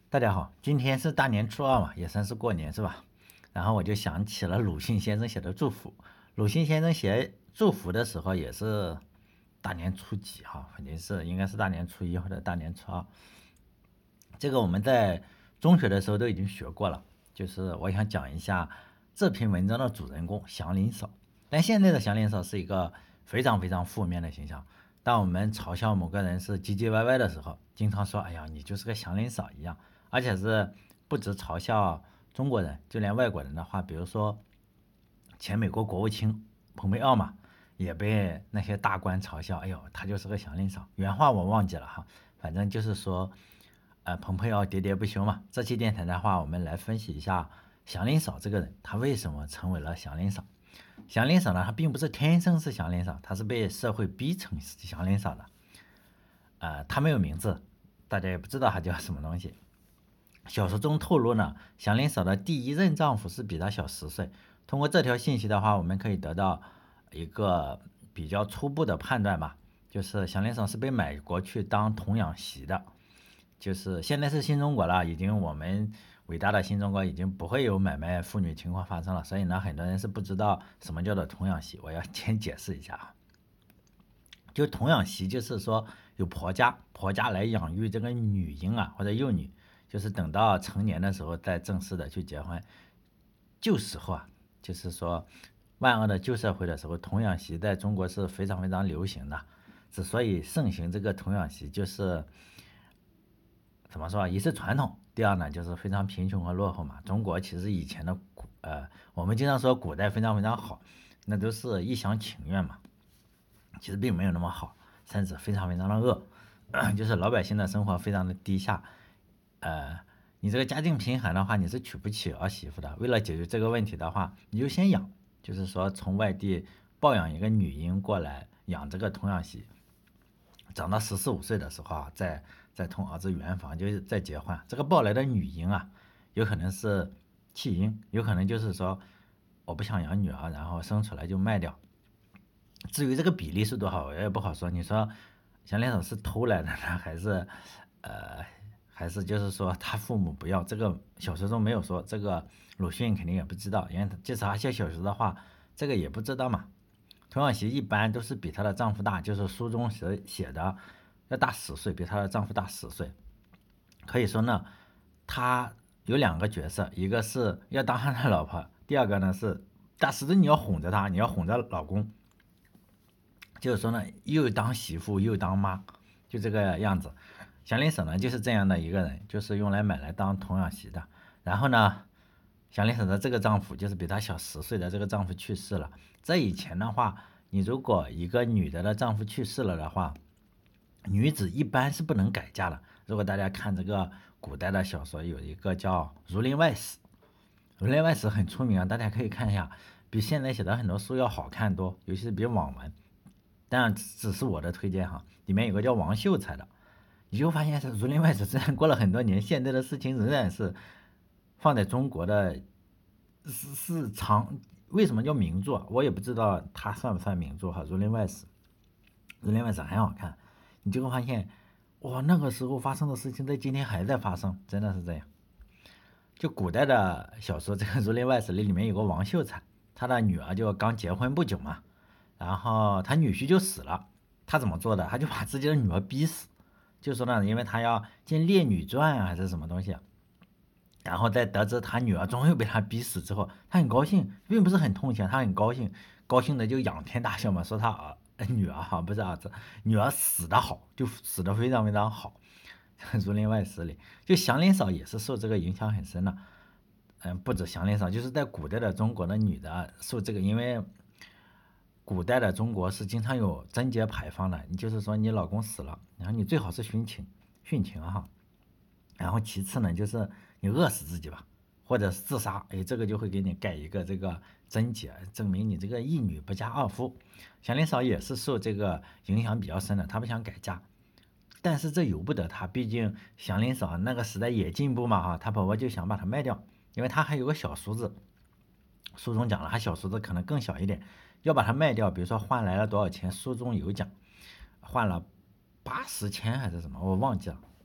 大家好，今天是大年初二嘛，也算是过年是吧？然后我就想起了鲁迅先生写的祝福。鲁迅先生写祝福的时候也是大年初几哈，肯定是应该是大年初一或者大年初二。这个我们在中学的时候都已经学过了。就是我想讲一下这篇文章的主人公祥林嫂。但现在的祥林嫂是一个非常非常负面的形象。当我们嘲笑某个人是唧唧歪歪的时候，经常说：“哎呀，你就是个祥林嫂一样。”而且是不止嘲笑中国人，就连外国人的话，比如说前美国国务卿蓬佩奥嘛，也被那些大官嘲笑，哎呦，他就是个祥林嫂。原话我忘记了哈，反正就是说，蓬佩奥喋喋不休嘛。这期电台的话，我们来分析一下祥林嫂这个人，他为什么成为了祥林嫂。祥林嫂呢，她并不是天生是祥林嫂，她是被社会逼成祥林嫂的。她没有名字，大家也不知道她叫什么东西。小说中透露呢，祥林嫂的第一任丈夫是比她小10岁。通过这条信息的话，我们可以得到一个比较初步的判断吧，就是祥林嫂是被买过去当童养媳的。就是现在是新中国了，已经我们伟大的新中国已经不会有买卖妇女情况发生了，所以呢，很多人是不知道什么叫做童养媳。我要先解释一下啊，就童养媳就是说有婆家来养育这个女婴啊或者幼女，就是等到成年的时候再正式的去结婚。旧时候啊，就是说万恶的旧社会的时候，童养媳在中国是非常非常流行的。之所以盛行这个童养媳，就是怎么说啊？一是传统，第二呢就是非常贫穷和落后嘛。中国其实以前的我们经常说古代非常非常好，那都是一厢情愿嘛，其实并没有那么好，甚至非常非常的恶。就是老百姓的生活非常的低下。你这个家境贫寒的话，你是娶不起儿媳妇的。为了解决这个问题的话，你就先养，就是说从外地抱养一个女婴过来养这个童养媳，长到14、15岁的时候啊，再同儿子圆房，就是再结婚。这个抱来的女婴啊，有可能是弃婴，有可能就是说我不想养女儿，然后生出来就卖掉。至于这个比例是多少，我也不好说。你说祥林嫂是偷来的呢，呃，还是就是说他父母不要？这个小说中没有说，这个鲁迅肯定也不知道，因为即使他写小说的话，这个也不知道嘛。童养媳一般都是比她的丈夫大，就是书中写的要大十岁，比她的丈夫大10岁。可以说呢，她有两个角色，一个是要当她的老婆，第二个呢是大十岁你要哄着她，你要哄着老公。就是说呢，又当媳妇又当妈，就这个样子。祥林嫂呢就是这样的一个人，就是用来买来当童养媳的。然后呢，祥林嫂的这个丈夫就是比她小10岁的这个丈夫去世了。在以前的话，你如果一个女的丈夫去世了的话，女子一般是不能改嫁的。如果大家看这个古代的小说，有一个叫《儒林外史》，《儒林外史》很出名啊，大家可以看一下，比现在写的很多书要好看多，尤其是比网文。当然只是我的推荐哈，里面有个叫王秀才的，你就发现是《儒林外史》，虽然过了很多年，现在的事情仍然是放在中国的是长，为什么叫名著？我也不知道它算不算名著哈，《儒林外史》，《儒林外史》很好看，你就会发现，哇，那个时候发生的事情在今天还在发生，真的是这样。就古代的小说，这个《儒林外史》里面有个王秀才，他的女儿就刚结婚不久嘛，然后他女婿就死了。他怎么做的？他就把自己的女儿逼死，就说呢，因为他要进《列女传》啊，还是什么东西啊。然后在得知他女儿终于被他逼死之后，他很高兴，并不是很痛心，他很高兴，高兴的就仰天大笑嘛，说他女儿哈不是儿子，女儿死的好，就死的非常非常好。《儒林外史》里，就祥林嫂也是受这个影响很深的。不止祥林嫂，就是在古代的中国的女的受这个，因为古代的中国是经常有贞节牌坊的，你就是说你老公死了，然后你最好是殉情哈。然后其次呢，就是你饿死自己吧，或者是自杀，哎，这个就会给你盖一个这个贞节，证明你这个一女不嫁二夫。祥林嫂也是受这个影响比较深的，她不想改嫁，但是这由不得她，毕竟祥林嫂那个时代也进步嘛哈，她婆婆就想把她卖掉，因为她还有个小叔子，书中讲了，她小叔子可能更小一点，要把它卖掉，比如说换来了多少钱，书中有讲，换了80千还是什么，我忘记了。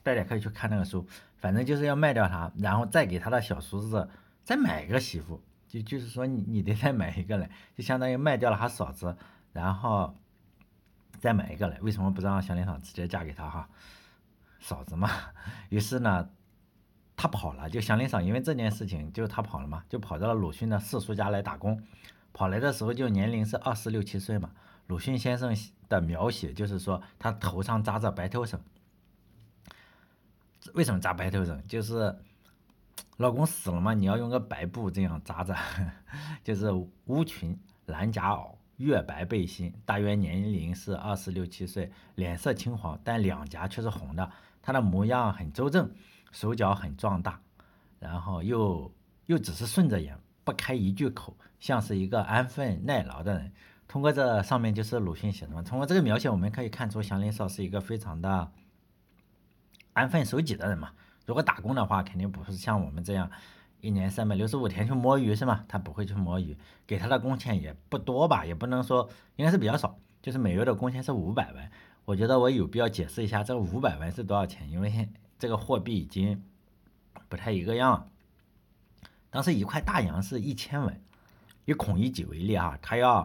大家可以去看那个书，反正就是要卖掉他，然后再给他的小叔子再买一个媳妇，就是说你得再买一个来，就相当于卖掉了他嫂子，然后再买一个来。为什么不让祥林嫂直接嫁给他哈嫂子嘛？于是呢，他跑了，就祥林嫂因为这件事情，就他跑了嘛，就跑到了鲁迅的四叔家来打工。跑来的时候就年龄是26、7岁嘛。鲁迅先生的描写就是说，他头上扎着白头绳。为什么扎白头绳？就是老公死了嘛，你要用个白布这样扎着，就是乌裙、蓝夹袄、月白背心，大约年龄是26、7岁，脸色青黄，但两颊却是红的。他的模样很周正，手脚很壮大，然后又只是顺着眼，不开一句口，像是一个安分耐劳的人。通过这上面就是鲁迅写的嘛，通过这个描写，我们可以看出祥林嫂是一个非常的安分守己的人嘛。如果打工的话，肯定不是像我们这样一年365天去摸鱼是吗？他不会去摸鱼，给他的工钱也不多吧，也不能说，应该是比较少，就是每月的工钱是500万。我觉得我有必要解释一下这个500万是多少钱，因为这个货币已经不太一个样了。当时一块大洋是1000文，以孔乙己为例啊，他要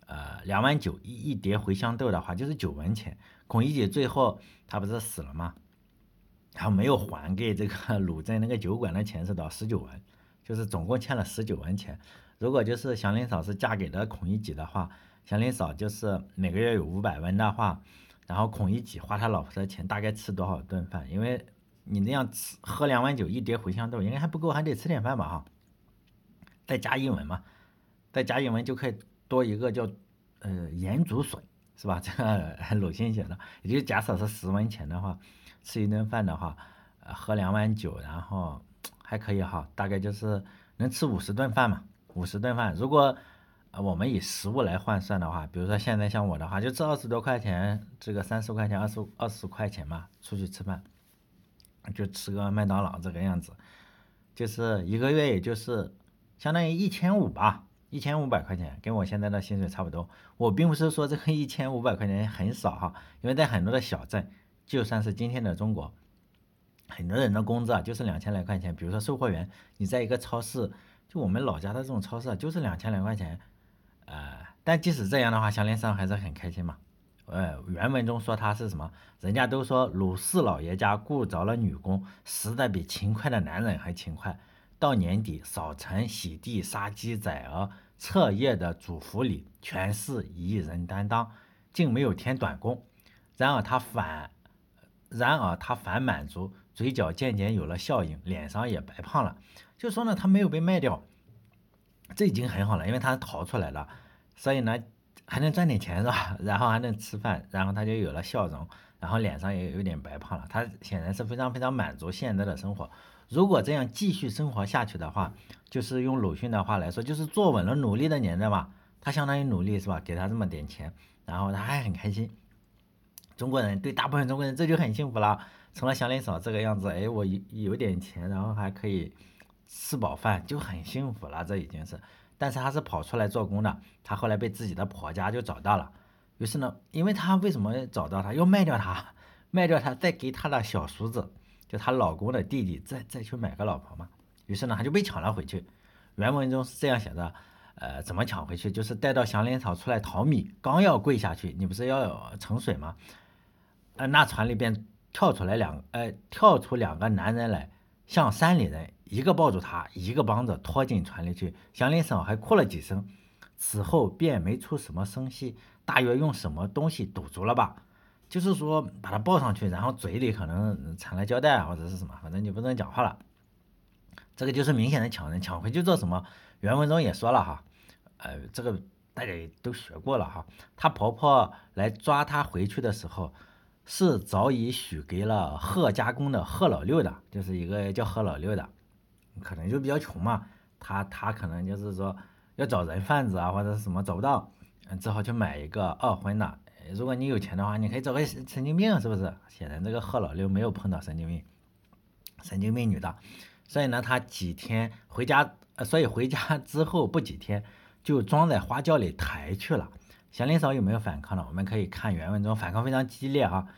2.9万一碟茴香豆的话，就是9文钱。孔乙己最后他不是死了吗？然后没有还给这个鲁镇那个酒馆的钱是多少？19文，就是总共欠了19文钱。如果就是祥林嫂是嫁给了孔乙己的话，祥林嫂就是每个月有500文的话，然后孔乙己花他老婆的钱，大概吃多少顿饭？因为你那样喝2.9万一碟茴香豆，应该还不够，还得吃点饭吧哈。再加1文嘛，再加1文就可以多一个叫盐竹笋，是吧？这个鲁迅写的，也就假设是10文钱的话，吃一顿饭的话，喝2.9万，然后还可以哈，大概就是能吃50顿饭嘛。50顿饭，如果我们以实物来换算的话，比如说现在像我的话，就吃20多块钱，这个30块钱、20块钱嘛，出去吃饭，就吃个麦当劳这个样子，就是一个月也就是相当于1500吧。1500块钱跟我现在的薪水差不多。我并不是说这个1500块钱很少哈，因为在很多的小镇，就算是今天的中国，很多人的工资啊就是2000来块钱。比如说售货员，你在一个超市，就我们老家的这种超市啊，就是2000来块钱。但即使这样的话，祥林嫂还是很开心嘛。原文中说他是什么？人家都说鲁四老爷家雇着了女工，实在比勤快的男人还勤快。到年底，扫尘、洗地、杀鸡宰鹅、彻夜的主妇里，全是一人担当，竟没有添短工。然而他反，反满足，嘴角渐渐有了笑意，脸上也白胖了。就说呢，他没有被卖掉，这已经很好了，因为他逃出来了，所以呢还能赚点钱是吧？然后还能吃饭，然后他就有了笑容，然后脸上也有点白胖了。他显然是非常非常满足现在的生活。如果这样继续生活下去的话，就是用鲁迅的话来说，就是坐稳了努力的年代嘛。他相当于努力是吧？给他这么点钱，然后他还很开心。中国人对大部分中国人这就很幸福了，成了祥林嫂这个样子，哎，我有点钱，然后还可以吃饱饭，就很幸福了，这已经是。但是他是跑出来做工的，他后来被自己的婆家就找到了。于是呢，因为他为什么找到他，要卖掉他，卖掉他，再给他的小叔子，就她老公的弟弟，再去买个老婆嘛。于是呢，他就被抢了回去。原文中是这样写的，怎么抢回去？就是带到祥林嫂出来淘米，刚要跪下去，你不是要有盛水吗？那船里边跳出两个男人来，像山里人，一个抱住他，一个帮着拖进船里去。祥林嫂还哭了几声，此后便没出什么声息，大约用什么东西堵住了吧。就是说把他抱上去，然后嘴里可能缠了胶带或者是什么，反正就不能讲话了。这个就是明显的抢人，抢回去做什么？原文中也说了哈，这个大家也都学过了哈。她婆婆来抓她回去的时候，是早已许给了贺家公的贺老六的，就是一个叫贺老六的，可能就比较穷嘛，他可能就是说要找人贩子啊或者是什么找不到，只好去买一个二婚的。如果你有钱的话，你可以找个神经病，是不是？显然这个贺老六没有碰到神经病女的，所以呢，他几天回家，所以回家之后不几天就装在花轿里抬去了。祥林嫂有没有反抗呢？我们可以看原文中反抗非常激烈啊。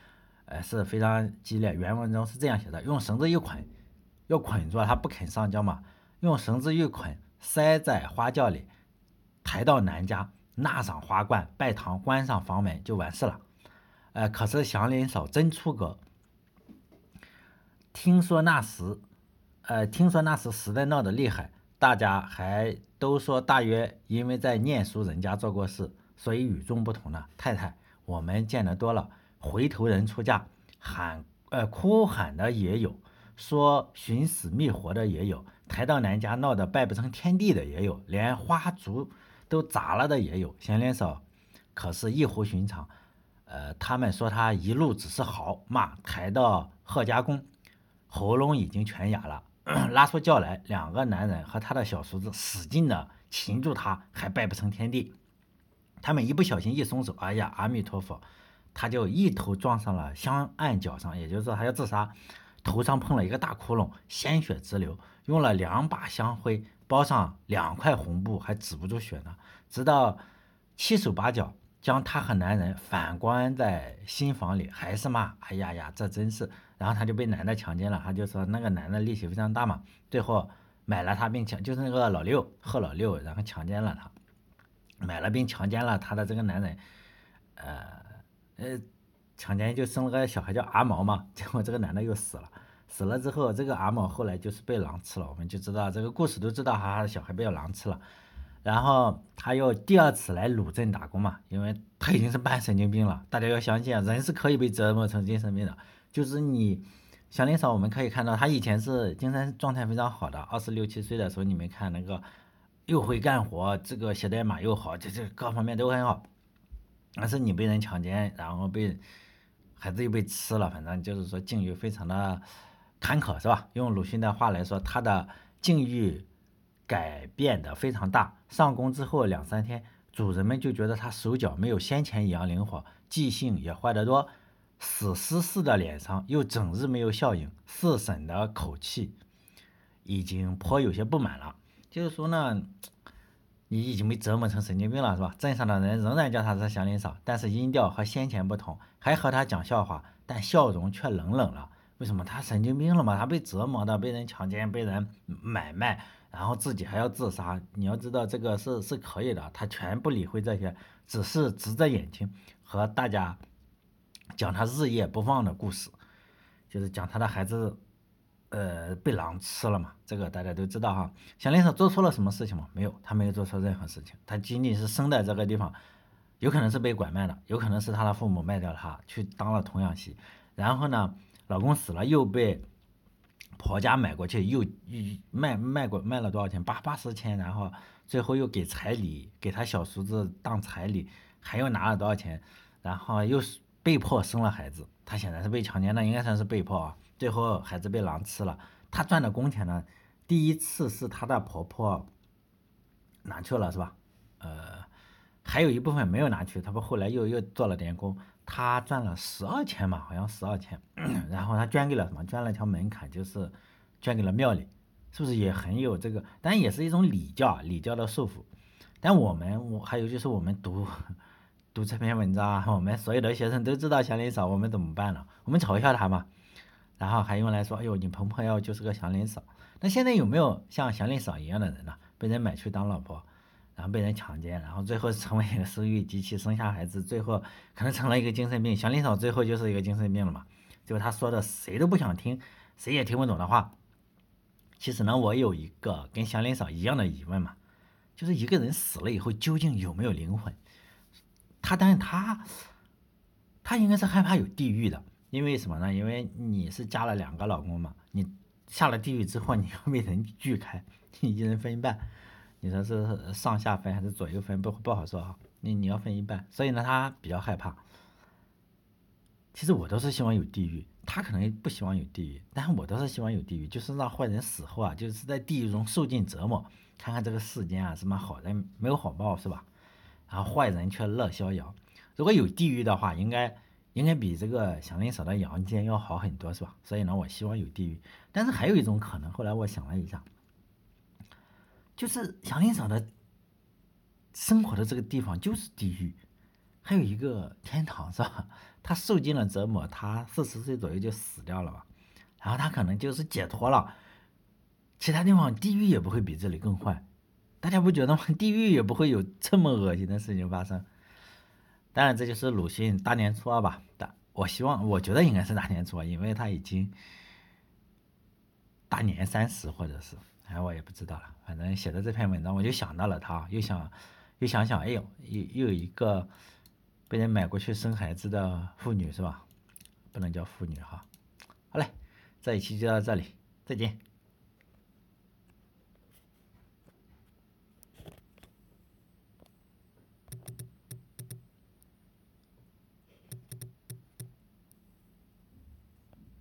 是非常激烈。原文中是这样写的：用绳子一捆，要捆住他不肯上轿嘛，用绳子一捆，塞在花轿里，抬到南家，纳上花冠，拜堂，关上房门就完事了。可是祥林嫂真出格。听说那时，死的闹得厉害，大家还都说大约因为在念书人家做过事，所以与众不同了。太太，我们见得多了，回头人出嫁，哭喊的也有，说寻死觅活的也有，抬到南家闹得拜不成天地的也有，连花烛都砸了的也有。祥林嫂可是异乎寻常。他们说他一路只是嚎骂，抬到贺家宫，喉咙已经全哑了，拉出轿来，两个男人和他的小叔子使劲的擒住他，还拜不成天地。他们一不小心一松手，哎呀，阿弥陀佛，他就一头撞上了香案脚上，也就是说他要自杀，头上碰了一个大窟窿，鲜血直流，用了2把香灰包上2块红布，还止不住血呢。直到七手八脚将他和男人反关在新房里，还是骂，哎呀呀，这真是。然后他就被男的强奸了，他就说那个男的力气非常大嘛，最后买了他并就是那个贺老六，然后强奸了他，买了并强奸了他的这个男人，呃强奸就生了个小孩叫阿毛嘛，结果这个男的又死了。死了之后，这个阿毛后来就是被狼吃了，我们就知道这个故事都知道，他的小孩被狼吃了。然后他又第2次来鲁镇打工嘛，因为他已经是半神经病了。大家要相信啊，人是可以被折磨成精神病的。就是你祥林嫂，我们可以看到他以前是精神状态非常好的，26、27岁的时候，你没看那个又会干活，这个写代码又好，这各方面都很好。但是你被人强奸，然后孩子又被吃了，反正就是说境遇非常的坎坷，是吧？用鲁迅的话来说，他的境遇改变的非常大。上工之后2、3天，主人们就觉得他手脚没有先前一样灵活，记性也坏得多，死尸似的脸上又整日没有笑影，四婶的口气已经颇有些不满了。就是说呢，你已经被折磨成神经病了，是吧？镇上的人仍然叫他是祥林嫂，但是音调和先前不同，还和他讲笑话，但笑容却冷冷了。为什么？他神经病了嘛？他被折磨的，被人强奸，被人买卖，然后自己还要自杀。你要知道这个是可以的，他全不理会这些，只是直着眼睛和大家讲他日夜不忘的故事，就是讲他的孩子被狼吃了嘛，这个大家都知道哈。祥林嫂做错了什么事情吗？没有，他没有做错任何事情，他仅仅是生在这个地方，有可能是被拐卖的，有可能是他的父母卖掉他去当了童养媳，然后呢，老公死了又被婆家买过去，又卖了多少钱？80千，然后最后又给彩礼，给他小叔子当彩礼，还又拿了多少钱？然后又是被迫生了孩子，他现在是被强奸的，应该算是被迫啊。最后孩子被狼吃了，她赚的工钱呢，第一次是她的婆婆拿去了，是吧？还有一部分没有拿去，她不后来又做了点工，她赚了12千吧，好像12千，然后她捐给了什么？捐了条门槛，就是捐给了庙里，是不是也很有这个？但也是一种礼教的束缚。但我还有就是我们读这篇文章啊，我们所有的学生都知道祥林嫂，我们怎么办呢？我们嘲笑她嘛，然后还用来说，哎呦，你婆婆要就是个祥林嫂。那现在有没有像祥林嫂一样的人呢？被人买去当老婆，然后被人强奸，然后最后成为一个生育机器，生下孩子，最后可能成了一个精神病。祥林嫂最后就是一个精神病了嘛？就是他说的谁都不想听，谁也听不懂的话。其实呢，我有一个跟祥林嫂一样的疑问嘛，就是一个人死了以后究竟有没有灵魂？但是他应该是害怕有地狱的，因为什么呢？因为你是嫁了2个老公嘛，你下了地狱之后，你要被人锯开，你一人分一半，你说是上下分还是左右分，不好说哈。你要分一半，所以呢，他比较害怕。其实我都是希望有地狱，他可能不希望有地狱，但是我倒是希望有地狱，就是让坏人死后啊，就是在地狱中受尽折磨，看看这个世间啊，什么好人没有好报是吧？然后坏人却乐逍遥。如果有地狱的话，应该比这个祥林嫂的阳间要好很多，是吧？所以呢，我希望有地狱。但是还有一种可能，后来我想了一下，就是祥林嫂的生活的这个地方就是地狱， 还有一个天堂是吧？他受尽了折磨，他40岁左右就死掉了吧？然后他可能就是解脱了，其他地方地狱也不会比这里更坏，大家不觉得吗？地狱也不会有这么恶心的事情发生。当然，这就是鲁迅大年初二吧。我希望，我觉得应该是大年初二，因为他已经大年30，或者是，哎，我也不知道了。反正写的这篇文章，我就想到了他，又想想，哎呦，又有一个被人买过去生孩子的妇女是吧？不能叫妇女哈。好嘞，这一期就到这里，再见。